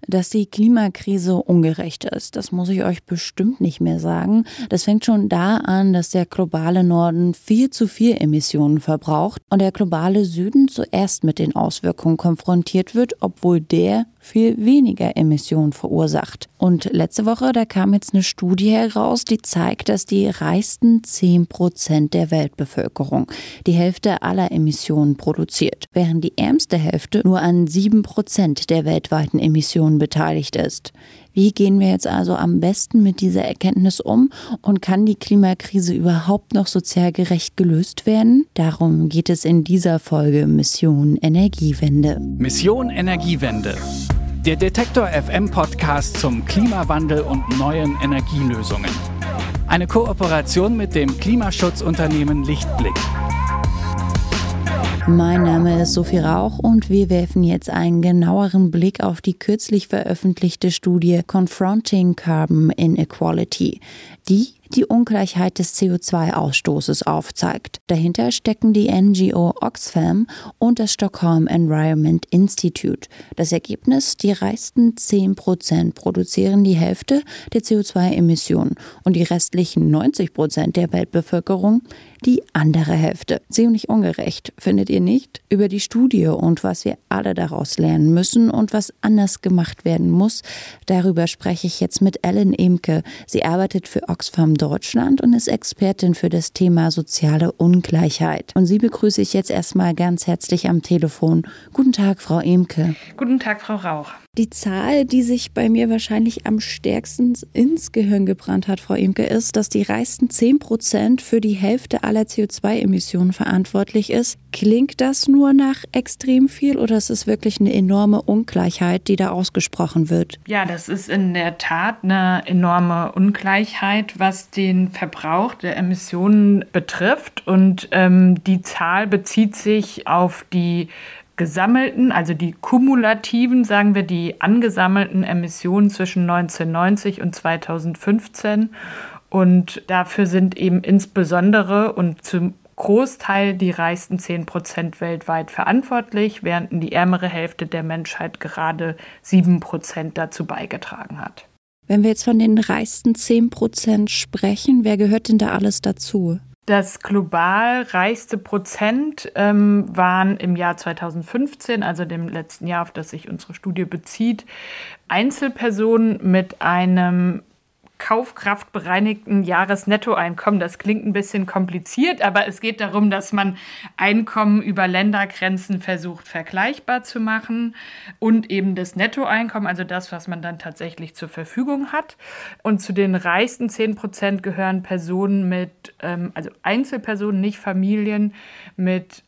Dass die Klimakrise ungerecht ist, das muss ich euch bestimmt nicht mehr sagen. Das fängt schon da an, dass der globale Norden viel zu viel Emissionen verbraucht und der globale Süden zuerst mit den Auswirkungen konfrontiert wird, obwohl der viel weniger Emissionen verursacht. Und letzte Woche, da kam jetzt eine Studie heraus, die zeigt, dass die reichsten 10% der Weltbevölkerung die Hälfte aller Emissionen produziert, während die ärmste Hälfte nur an 7% der weltweiten Emissionen beteiligt ist. Wie gehen wir jetzt also am besten mit dieser Erkenntnis um und kann die Klimakrise überhaupt noch sozial gerecht gelöst werden? Darum geht es in dieser Folge Mission Energiewende. Mission Energiewende. Der Detektor FM Podcast zum Klimawandel und neuen Energielösungen. Eine Kooperation mit dem Klimaschutzunternehmen Lichtblick. Mein Name ist Sophie Rauch und wir werfen jetzt einen genaueren Blick auf die kürzlich veröffentlichte Studie Confronting Carbon Inequality, die Ungleichheit des CO2-Ausstoßes aufzeigt. Dahinter stecken die NGO Oxfam und das Stockholm Environment Institute. Das Ergebnis: Die reichsten 10% produzieren die Hälfte der CO2-Emissionen und die restlichen 90% der Weltbevölkerung die andere Hälfte. Ziemlich ungerecht, findet ihr nicht? Über die Studie und was wir alle daraus lernen müssen und was anders gemacht werden muss, darüber spreche ich jetzt mit Ellen Emke. Sie arbeitet für Oxfam Deutschland und ist Expertin für das Thema soziale Ungleichheit. Und sie begrüße ich jetzt erstmal ganz herzlich am Telefon. Guten Tag, Frau Emke. Guten Tag, Frau Rauch. Die Zahl, die sich bei mir wahrscheinlich am stärksten ins Gehirn gebrannt hat, Frau Emke, ist, dass die reichsten 10% für die Hälfte aller CO2-Emissionen verantwortlich ist. Klingt das nur nach extrem viel oder ist es wirklich eine enorme Ungleichheit, die da ausgesprochen wird? Ja, das ist in der Tat eine enorme Ungleichheit, was den Verbrauch der Emissionen betrifft. Und die Zahl bezieht sich auf die gesammelten, also die kumulativen, sagen wir, die angesammelten Emissionen zwischen 1990 und 2015. Und dafür sind eben insbesondere und zum Großteil die reichsten 10% weltweit verantwortlich, während die ärmere Hälfte der Menschheit gerade 7% dazu beigetragen hat. Wenn wir jetzt von den reichsten 10% sprechen, wer gehört denn da alles dazu? Das global reichste Prozent waren im Jahr 2015, also dem letzten Jahr, auf das sich unsere Studie bezieht, Einzelpersonen mit einem kaufkraftbereinigten Jahresnettoeinkommen. Das klingt ein bisschen kompliziert, aber es geht darum, dass man Einkommen über Ländergrenzen versucht vergleichbar zu machen und eben das Nettoeinkommen, also das, was man dann tatsächlich zur Verfügung hat. Und zu den reichsten 10% gehören Personen mit, also Einzelpersonen, nicht Familien, mit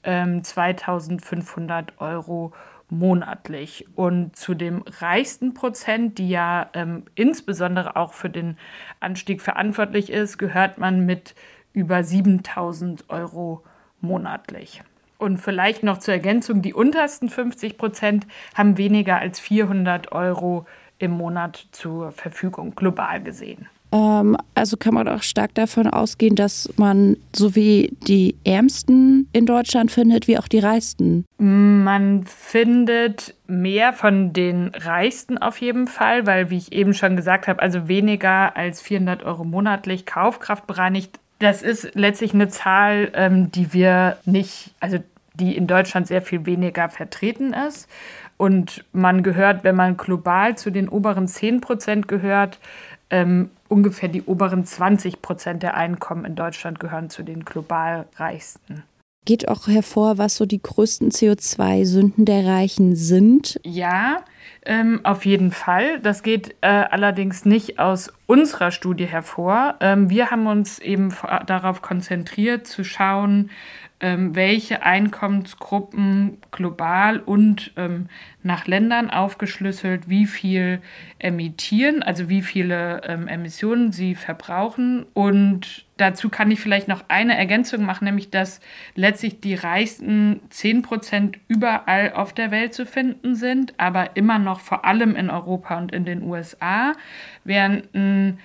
2.500 Euro monatlich. Und zu dem reichsten Prozent, die ja insbesondere auch für den Anstieg verantwortlich ist, gehört man mit über 7.000 Euro monatlich. Und vielleicht noch zur Ergänzung, die untersten 50% haben weniger als 400 Euro im Monat zur Verfügung, global gesehen. Also kann man auch stark davon ausgehen, dass man so wie die Ärmsten in Deutschland findet, wie auch die Reichsten. Man findet mehr von den Reichsten auf jeden Fall, weil, wie ich eben schon gesagt habe, also weniger als 400 Euro monatlich kaufkraftbereinigt. Das ist letztlich eine Zahl, die wir nicht, also die in Deutschland sehr viel weniger vertreten ist. Und man gehört, wenn man global zu den oberen 10% gehört, ungefähr die oberen 20% der Einkommen in Deutschland gehören zu den global Reichsten. Geht auch hervor, was so die größten CO2-Sünden der Reichen sind? Ja, auf jeden Fall. Das geht allerdings nicht aus unserer Studie hervor. Wir haben uns eben darauf konzentriert, zu schauen, welche Einkommensgruppen global und nach Ländern aufgeschlüsselt, wie viel emittieren, also wie viele Emissionen sie verbrauchen. Und dazu kann ich vielleicht noch eine Ergänzung machen, nämlich dass letztlich die reichsten 10% überall auf der Welt zu finden sind, aber immer noch vor allem in Europa und in den USA, während ein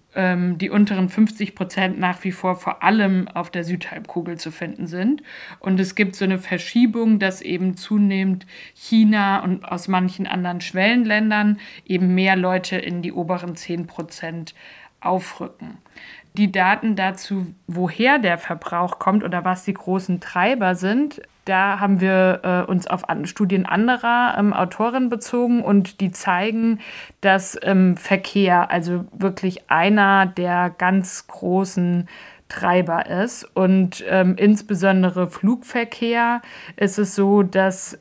die unteren 50% nach wie vor allem auf der Südhalbkugel zu finden sind. Und es gibt so eine Verschiebung, dass eben zunehmend China und aus manchen anderen Schwellenländern eben mehr Leute in die oberen 10% aufrücken. Die Daten dazu, woher der Verbrauch kommt oder was die großen Treiber sind, da haben wir uns auf Studien anderer Autorinnen bezogen und die zeigen, dass Verkehr also wirklich einer der ganz großen Treiber ist. Und insbesondere Flugverkehr ist es so, dass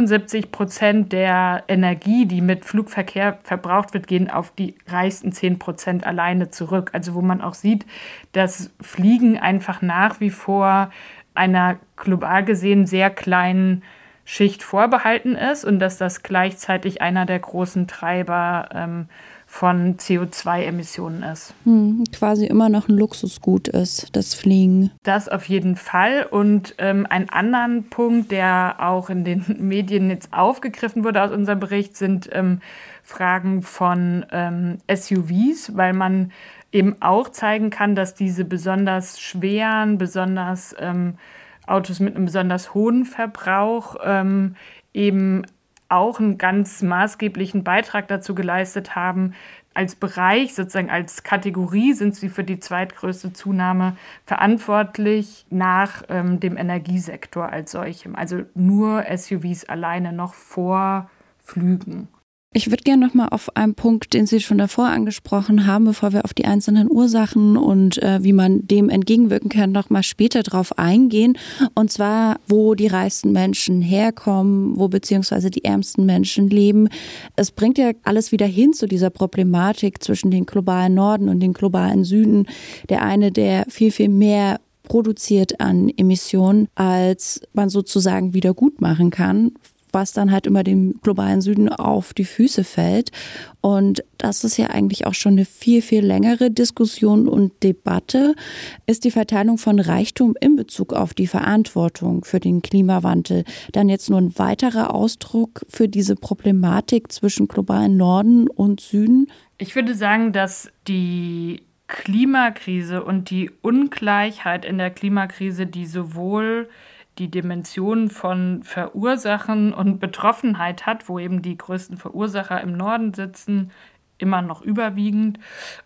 75% der Energie, die mit Flugverkehr verbraucht wird, gehen auf die reichsten 10% alleine zurück. Also wo man auch sieht, dass Fliegen einfach nach wie vor einer global gesehen sehr kleinen Schicht vorbehalten ist und dass das gleichzeitig einer der großen Treiber von CO2-Emissionen ist. Quasi immer noch ein Luxusgut ist, das Fliegen. Das auf jeden Fall. Und einen anderen Punkt, der auch in den Medien jetzt aufgegriffen wurde aus unserem Bericht, sind Fragen von SUVs, weil man eben auch zeigen kann, dass diese besonders schweren, besonders Autos mit einem besonders hohen Verbrauch eben auch einen ganz maßgeblichen Beitrag dazu geleistet haben. Als Bereich, sozusagen als Kategorie, sind sie für die zweitgrößte Zunahme verantwortlich nach dem Energiesektor als solchem. Also nur SUVs alleine noch vor Flügen. Ich würde gerne noch mal auf einen Punkt, den Sie schon davor angesprochen haben, bevor wir auf die einzelnen Ursachen und wie man dem entgegenwirken kann, noch mal später drauf eingehen. Und zwar, wo die reichsten Menschen herkommen, wo beziehungsweise die ärmsten Menschen leben. Es bringt ja alles wieder hin zu dieser Problematik zwischen den globalen Norden und den globalen Süden. Der eine, der viel, viel mehr produziert an Emissionen, als man sozusagen wieder gut machen kann, was dann halt immer dem globalen Süden auf die Füße fällt. Und das ist ja eigentlich auch schon eine viel, viel längere Diskussion und Debatte. Ist die Verteilung von Reichtum in Bezug auf die Verantwortung für den Klimawandel dann jetzt nur ein weiterer Ausdruck für diese Problematik zwischen globalen Norden und Süden? Ich würde sagen, dass die Klimakrise und die Ungleichheit in der Klimakrise, die sowohl die Dimension von Verursachen und Betroffenheit hat, wo eben die größten Verursacher im Norden sitzen, immer noch überwiegend.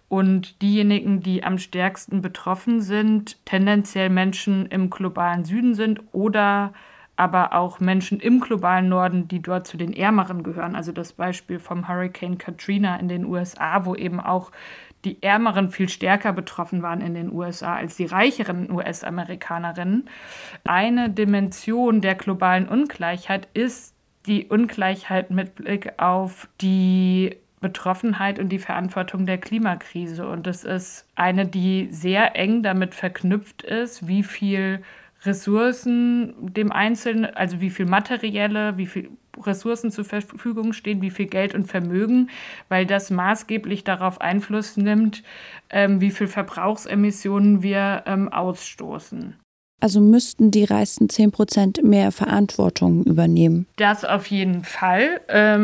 Und diejenigen, die am stärksten betroffen sind, tendenziell Menschen im globalen Süden sind oder aber auch Menschen im globalen Norden, die dort zu den Ärmeren gehören. Also das Beispiel vom Hurricane Katrina in den USA, wo eben auch die Ärmeren viel stärker betroffen waren in den USA als die reicheren US-Amerikanerinnen. Eine Dimension der globalen Ungleichheit ist die Ungleichheit mit Blick auf die Betroffenheit und die Verantwortung der Klimakrise. Und das ist eine, die sehr eng damit verknüpft ist, wie viel Ressourcen dem Einzelnen, also wie viel materielle, wie viel Ressourcen zur Verfügung stehen, wie viel Geld und Vermögen, weil das maßgeblich darauf Einfluss nimmt, wie viel Verbrauchsemissionen wir ausstoßen. Also müssten die reichsten 10% mehr Verantwortung übernehmen? Das auf jeden Fall,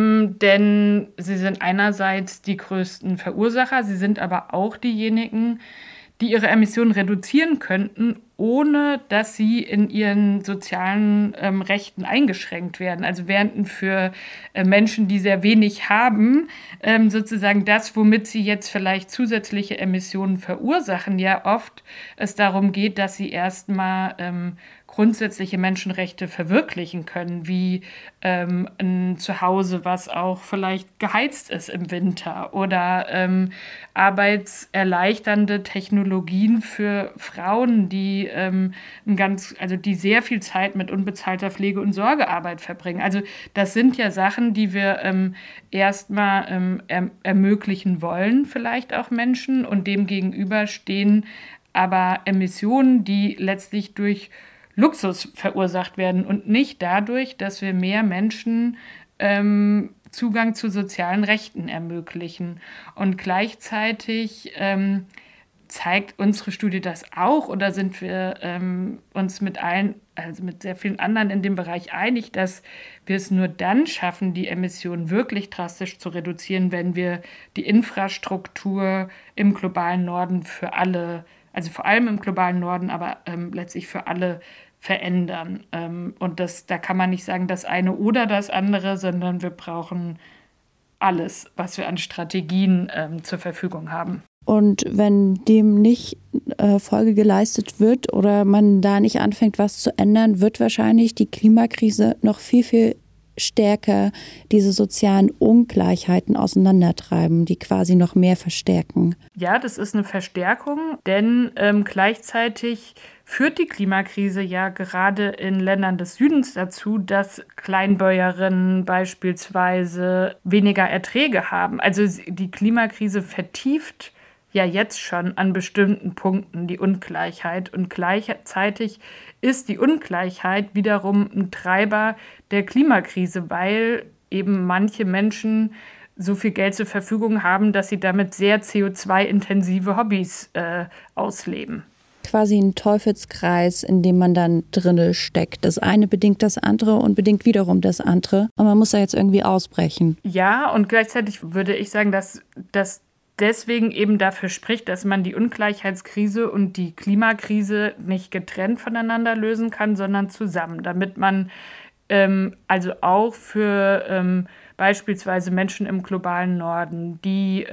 denn sie sind einerseits die größten Verursacher, sie sind aber auch diejenigen, die ihre Emissionen reduzieren könnten, ohne dass sie in ihren sozialen Rechten eingeschränkt werden. Also während für Menschen, die sehr wenig haben, sozusagen das, womit sie jetzt vielleicht zusätzliche Emissionen verursachen, ja oft es darum geht, dass sie erstmal grundsätzliche Menschenrechte verwirklichen können, wie ein Zuhause, was auch vielleicht geheizt ist im Winter oder arbeitserleichternde Technologien für Frauen, die die sehr viel Zeit mit unbezahlter Pflege- und Sorgearbeit verbringen. Also das sind ja Sachen, die wir erstmal ermöglichen wollen, vielleicht auch Menschen, und dem gegenüber stehen aber Emissionen, die letztlich durch Luxus verursacht werden und nicht dadurch, dass wir mehr Menschen Zugang zu sozialen Rechten ermöglichen. Und gleichzeitig zeigt unsere Studie das auch oder sind wir uns mit sehr vielen anderen in dem Bereich einig, dass wir es nur dann schaffen, die Emissionen wirklich drastisch zu reduzieren, wenn wir die Infrastruktur im globalen Norden für alle, also vor allem im globalen Norden, aber letztlich für alle verändern. Und da kann man nicht sagen, das eine oder das andere, sondern wir brauchen alles, was wir an Strategien zur Verfügung haben. Und wenn dem nicht Folge geleistet wird oder man da nicht anfängt, was zu ändern, wird wahrscheinlich die Klimakrise noch viel, viel stärker diese sozialen Ungleichheiten auseinandertreiben, die quasi noch mehr verstärken. Ja, das ist eine Verstärkung, denn gleichzeitig führt die Klimakrise ja gerade in Ländern des Südens dazu, dass Kleinbäuerinnen beispielsweise weniger Erträge haben. Also die Klimakrise vertieft ja jetzt schon an bestimmten Punkten die Ungleichheit. Und gleichzeitig ist die Ungleichheit wiederum ein Treiber der Klimakrise, weil eben manche Menschen so viel Geld zur Verfügung haben, dass sie damit sehr CO2-intensive Hobbys ausleben. Quasi ein Teufelskreis, in dem man dann drinne steckt. Das eine bedingt das andere und bedingt wiederum das andere. Und man muss da jetzt irgendwie ausbrechen. Ja, und gleichzeitig würde ich sagen, dass das deswegen eben dafür spricht, dass man die Ungleichheitskrise und die Klimakrise nicht getrennt voneinander lösen kann, sondern zusammen, damit man also auch für beispielsweise Menschen im globalen Norden, die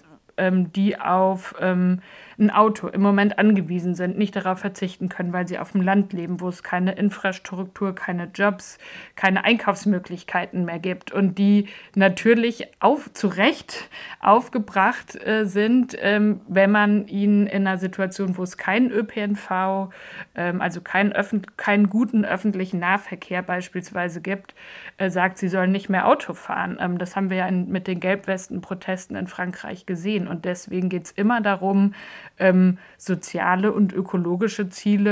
auf ein Auto im Moment angewiesen sind, nicht darauf verzichten können, weil sie auf dem Land leben, wo es keine Infrastruktur, keine Jobs, keine Einkaufsmöglichkeiten mehr gibt und die natürlich zu Recht aufgebracht sind, wenn man ihnen in einer Situation, wo es keinen ÖPNV, also keinen guten öffentlichen Nahverkehr beispielsweise gibt, sagt, sie sollen nicht mehr Auto fahren. Das haben wir ja mit den Gelbwesten-Protesten in Frankreich gesehen und deswegen geht es immer darum, soziale und ökologische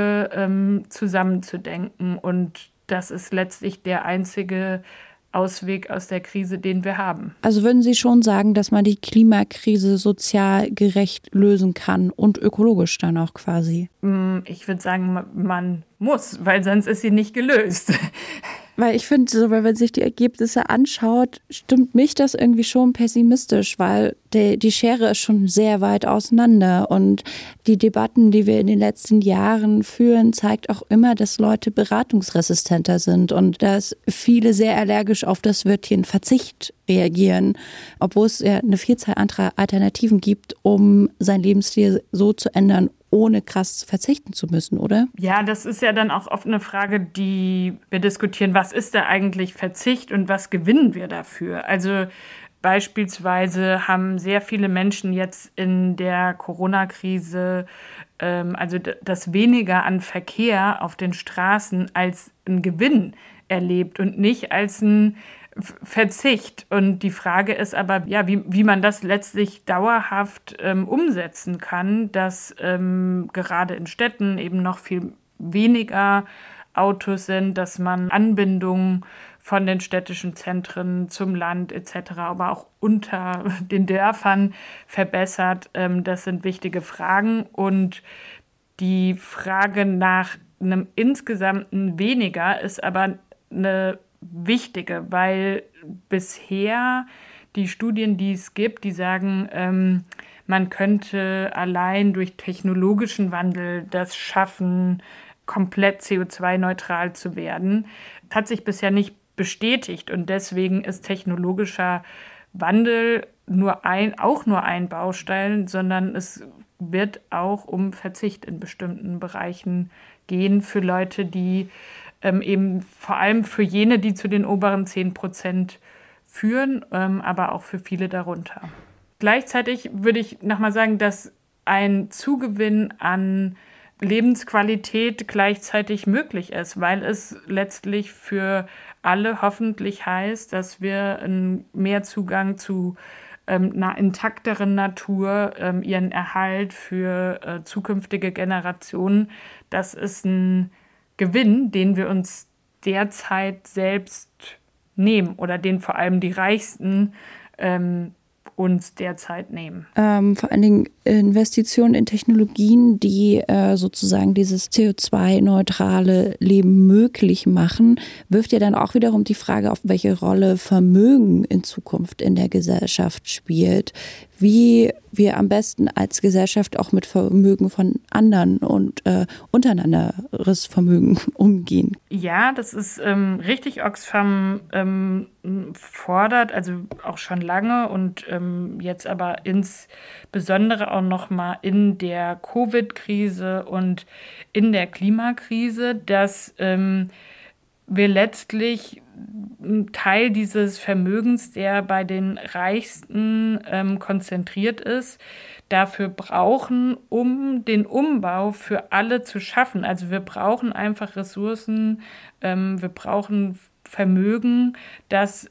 Ziele zusammenzudenken. Und das ist letztlich der einzige Ausweg aus der Krise, den wir haben. Also würden Sie schon sagen, dass man die Klimakrise sozial gerecht lösen kann und ökologisch dann auch quasi? Ich würde sagen, man muss, weil sonst ist sie nicht gelöst. Weil ich finde, so, wenn man sich die Ergebnisse anschaut, stimmt mich das irgendwie schon pessimistisch, weil die Schere ist schon sehr weit auseinander. Und die Debatten, die wir in den letzten Jahren führen, zeigt auch immer, dass Leute beratungsresistenter sind und dass viele sehr allergisch auf das Wörtchen Verzicht reagieren, obwohl es ja eine Vielzahl anderer Alternativen gibt, um sein Lebensstil so zu ändern, ohne krass verzichten zu müssen, oder? Ja, das ist ja dann auch oft eine Frage, die wir diskutieren. Was ist da eigentlich Verzicht und was gewinnen wir dafür? Also beispielsweise haben sehr viele Menschen jetzt in der Corona-Krise also das weniger an Verkehr auf den Straßen als einen Gewinn erlebt und nicht als ein Verzicht. Und die Frage ist aber, ja, wie man das letztlich dauerhaft umsetzen kann, dass gerade in Städten eben noch viel weniger Autos sind, dass man Anbindungen von den städtischen Zentren zum Land etc., aber auch unter den Dörfern verbessert. Das sind wichtige Fragen. Und die Frage nach einem insgesamten Weniger ist aber eine wichtige, weil bisher die Studien, die es gibt, die sagen, man könnte allein durch technologischen Wandel das schaffen, komplett CO2-neutral zu werden. Das hat sich bisher nicht bestätigt und deswegen ist technologischer Wandel auch nur ein Baustein, sondern es wird auch um Verzicht in bestimmten Bereichen gehen für Leute, die eben vor allem für jene, die zu den oberen 10% führen, aber auch für viele darunter. Gleichzeitig würde ich nochmal sagen, dass ein Zugewinn an Lebensqualität gleichzeitig möglich ist, weil es letztlich für alle hoffentlich heißt, dass wir mehr Zugang zu einer intakteren Natur, ihren Erhalt für zukünftige Generationen, das ist ein Gewinn, den wir uns derzeit selbst nehmen oder den vor allem die Reichsten uns derzeit nehmen. Vor allen Dingen Investitionen in Technologien, die sozusagen dieses CO2-neutrale Leben möglich machen, wirft ja dann auch wiederum die Frage auf, welche Rolle Vermögen in Zukunft in der Gesellschaft spielt. Wie wir am besten als Gesellschaft auch mit Vermögen von anderen und untereinanderes Vermögen umgehen. Ja, das ist richtig. Oxfam fordert, also auch schon lange und jetzt aber insbesondere auch nochmal in der Covid-Krise und in der Klimakrise, dass wir letztlich einen Teil dieses Vermögens, der bei den Reichsten konzentriert ist, dafür brauchen, um den Umbau für alle zu schaffen. Also wir brauchen einfach Ressourcen, wir brauchen Vermögen, das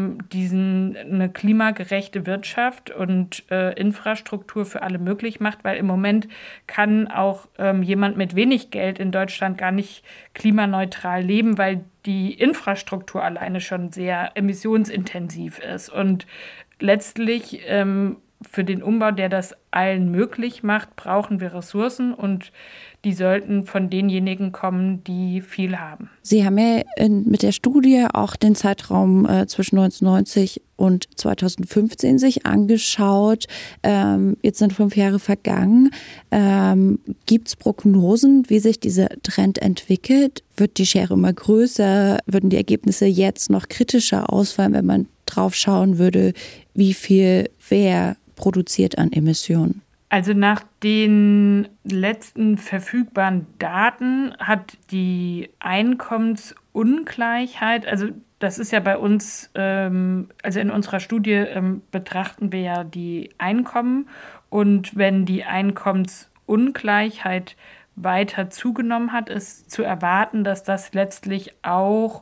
eine klimagerechte Wirtschaft und Infrastruktur für alle möglich macht, weil im Moment kann auch jemand mit wenig Geld in Deutschland gar nicht klimaneutral leben, weil die Infrastruktur alleine schon sehr emissionsintensiv ist. Und letztlich für den Umbau, der das allen möglich macht, brauchen wir Ressourcen und die sollten von denjenigen kommen, die viel haben. Sie haben ja mit der Studie auch den Zeitraum zwischen 1990 und 2015 sich angeschaut. Jetzt sind 5 Jahre vergangen. Gibt es Prognosen, wie sich dieser Trend entwickelt? Wird die Schere immer größer? Würden die Ergebnisse jetzt noch kritischer ausfallen, wenn man drauf schauen würde, wie viel wer produziert an Emissionen? Also nach den letzten verfügbaren Daten hat die Einkommensungleichheit, also das ist ja bei uns, also in unserer Studie betrachten wir ja die Einkommen, und wenn die Einkommensungleichheit weiter zugenommen hat, ist zu erwarten, dass das letztlich auch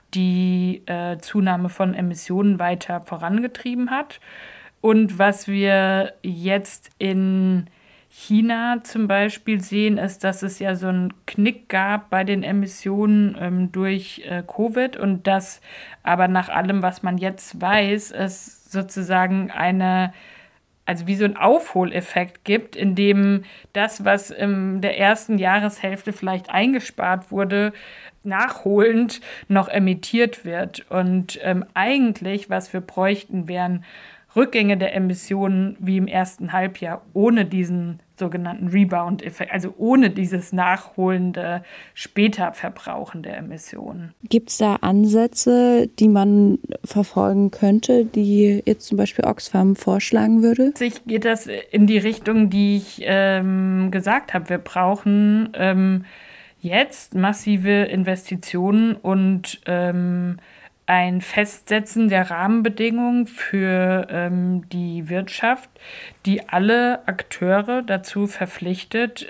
die Zunahme von Emissionen weiter vorangetrieben hat. Und was wir jetzt in China zum Beispiel sehen, ist, dass es ja so einen Knick gab bei den Emissionen durch Covid, und dass aber nach allem, was man jetzt weiß, es sozusagen also wie so ein Aufholeffekt gibt, in dem das, was in der ersten Jahreshälfte vielleicht eingespart wurde, nachholend noch emittiert wird. Und eigentlich, was wir bräuchten, wären Rückgänge der Emissionen wie im ersten Halbjahr ohne diesen sogenannten Rebound-Effekt, also ohne dieses nachholende später Verbrauchen der Emissionen. Gibt es da Ansätze, die man verfolgen könnte, die jetzt zum Beispiel Oxfam vorschlagen würde? Geht das in die Richtung, die ich gesagt habe. Wir brauchen jetzt massive Investitionen und ein Festsetzen der Rahmenbedingungen für die Wirtschaft, die alle Akteure dazu verpflichtet,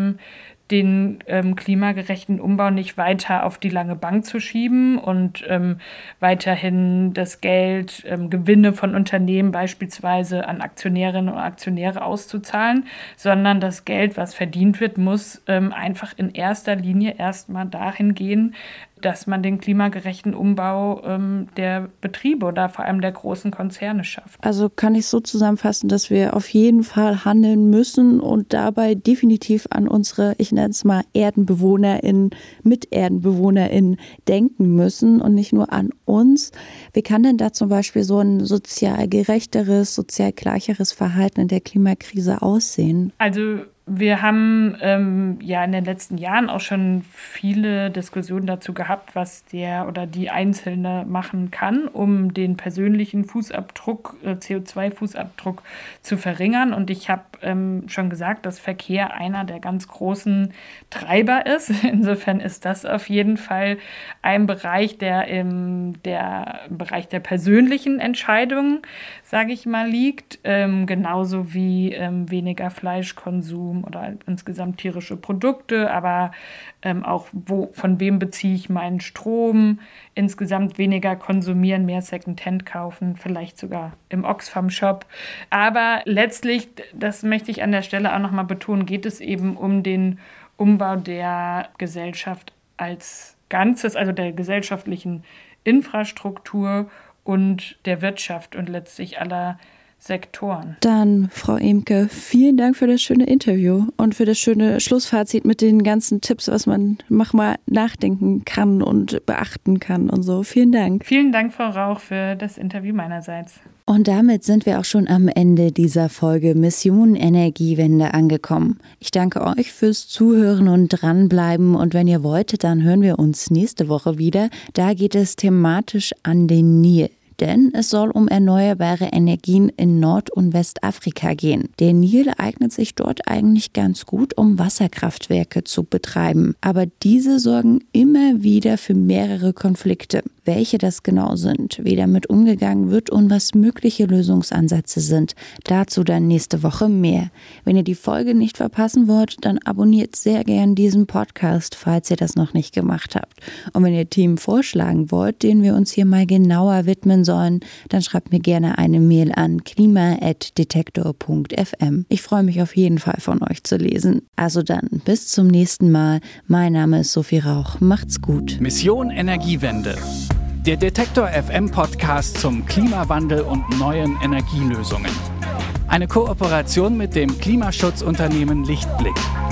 den klimagerechten Umbau nicht weiter auf die lange Bank zu schieben und weiterhin das Geld, Gewinne von Unternehmen beispielsweise an Aktionärinnen und Aktionäre auszuzahlen, sondern das Geld, was verdient wird, muss einfach in erster Linie erstmal dahin gehen, dass man den klimagerechten Umbau der Betriebe oder vor allem der großen Konzerne schafft. Also kann ich so zusammenfassen, dass wir auf jeden Fall handeln müssen und dabei definitiv an unsere, ich nenne es mal ErdenbewohnerInnen, MiterdenbewohnerInnen denken müssen und nicht nur an uns. Wie kann denn da zum Beispiel so ein sozial gerechteres, sozial gleicheres Verhalten in der Klimakrise aussehen? Also wir haben ja in den letzten Jahren auch schon viele Diskussionen dazu gehabt, was der oder die Einzelne machen kann, um den persönlichen Fußabdruck, CO2-Fußabdruck zu verringern. Und ich habe schon gesagt, dass Verkehr einer der ganz großen Treiber ist. Insofern ist das auf jeden Fall ein Bereich, der im Bereich der persönlichen Entscheidungen, sage ich mal, liegt. Genauso wie weniger Fleischkonsum oder insgesamt tierische Produkte, aber auch von wem beziehe ich meinen Strom, insgesamt weniger konsumieren, mehr Secondhand kaufen, vielleicht sogar im Oxfam-Shop. Aber letztlich, das möchte ich an der Stelle auch nochmal betonen, geht es eben um den Umbau der Gesellschaft als Ganzes, also der gesellschaftlichen Infrastruktur und der Wirtschaft und letztlich aller Sektoren. Dann, Frau Emke, vielen Dank für das schöne Interview und für das schöne Schlussfazit mit den ganzen Tipps, was man manchmal nachdenken kann und beachten kann und so. Vielen Dank. Vielen Dank, Frau Rauch, für das Interview meinerseits. Und damit sind wir auch schon am Ende dieser Folge Mission Energiewende angekommen. Ich danke euch fürs Zuhören und dranbleiben. Und wenn ihr wolltet, dann hören wir uns nächste Woche wieder. Da geht es thematisch an den Nil. Denn es soll um erneuerbare Energien in Nord- und Westafrika gehen. Der Nil eignet sich dort eigentlich ganz gut, um Wasserkraftwerke zu betreiben. Aber diese sorgen immer wieder für mehrere Konflikte. Welche das genau sind, wie damit umgegangen wird und was mögliche Lösungsansätze sind. Dazu dann nächste Woche mehr. Wenn ihr die Folge nicht verpassen wollt, dann abonniert sehr gern diesen Podcast, falls ihr das noch nicht gemacht habt. Und wenn ihr Themen vorschlagen wollt, denen wir uns hier mal genauer widmen sollen, dann schreibt mir gerne eine Mail an klima@detektor.fm. Ich freue mich auf jeden Fall von euch zu lesen. Also dann, bis zum nächsten Mal. Mein Name ist Sophie Rauch. Macht's gut. Mission Energiewende. Der Detektor FM Podcast zum Klimawandel und neuen Energielösungen. Eine Kooperation mit dem Klimaschutzunternehmen Lichtblick.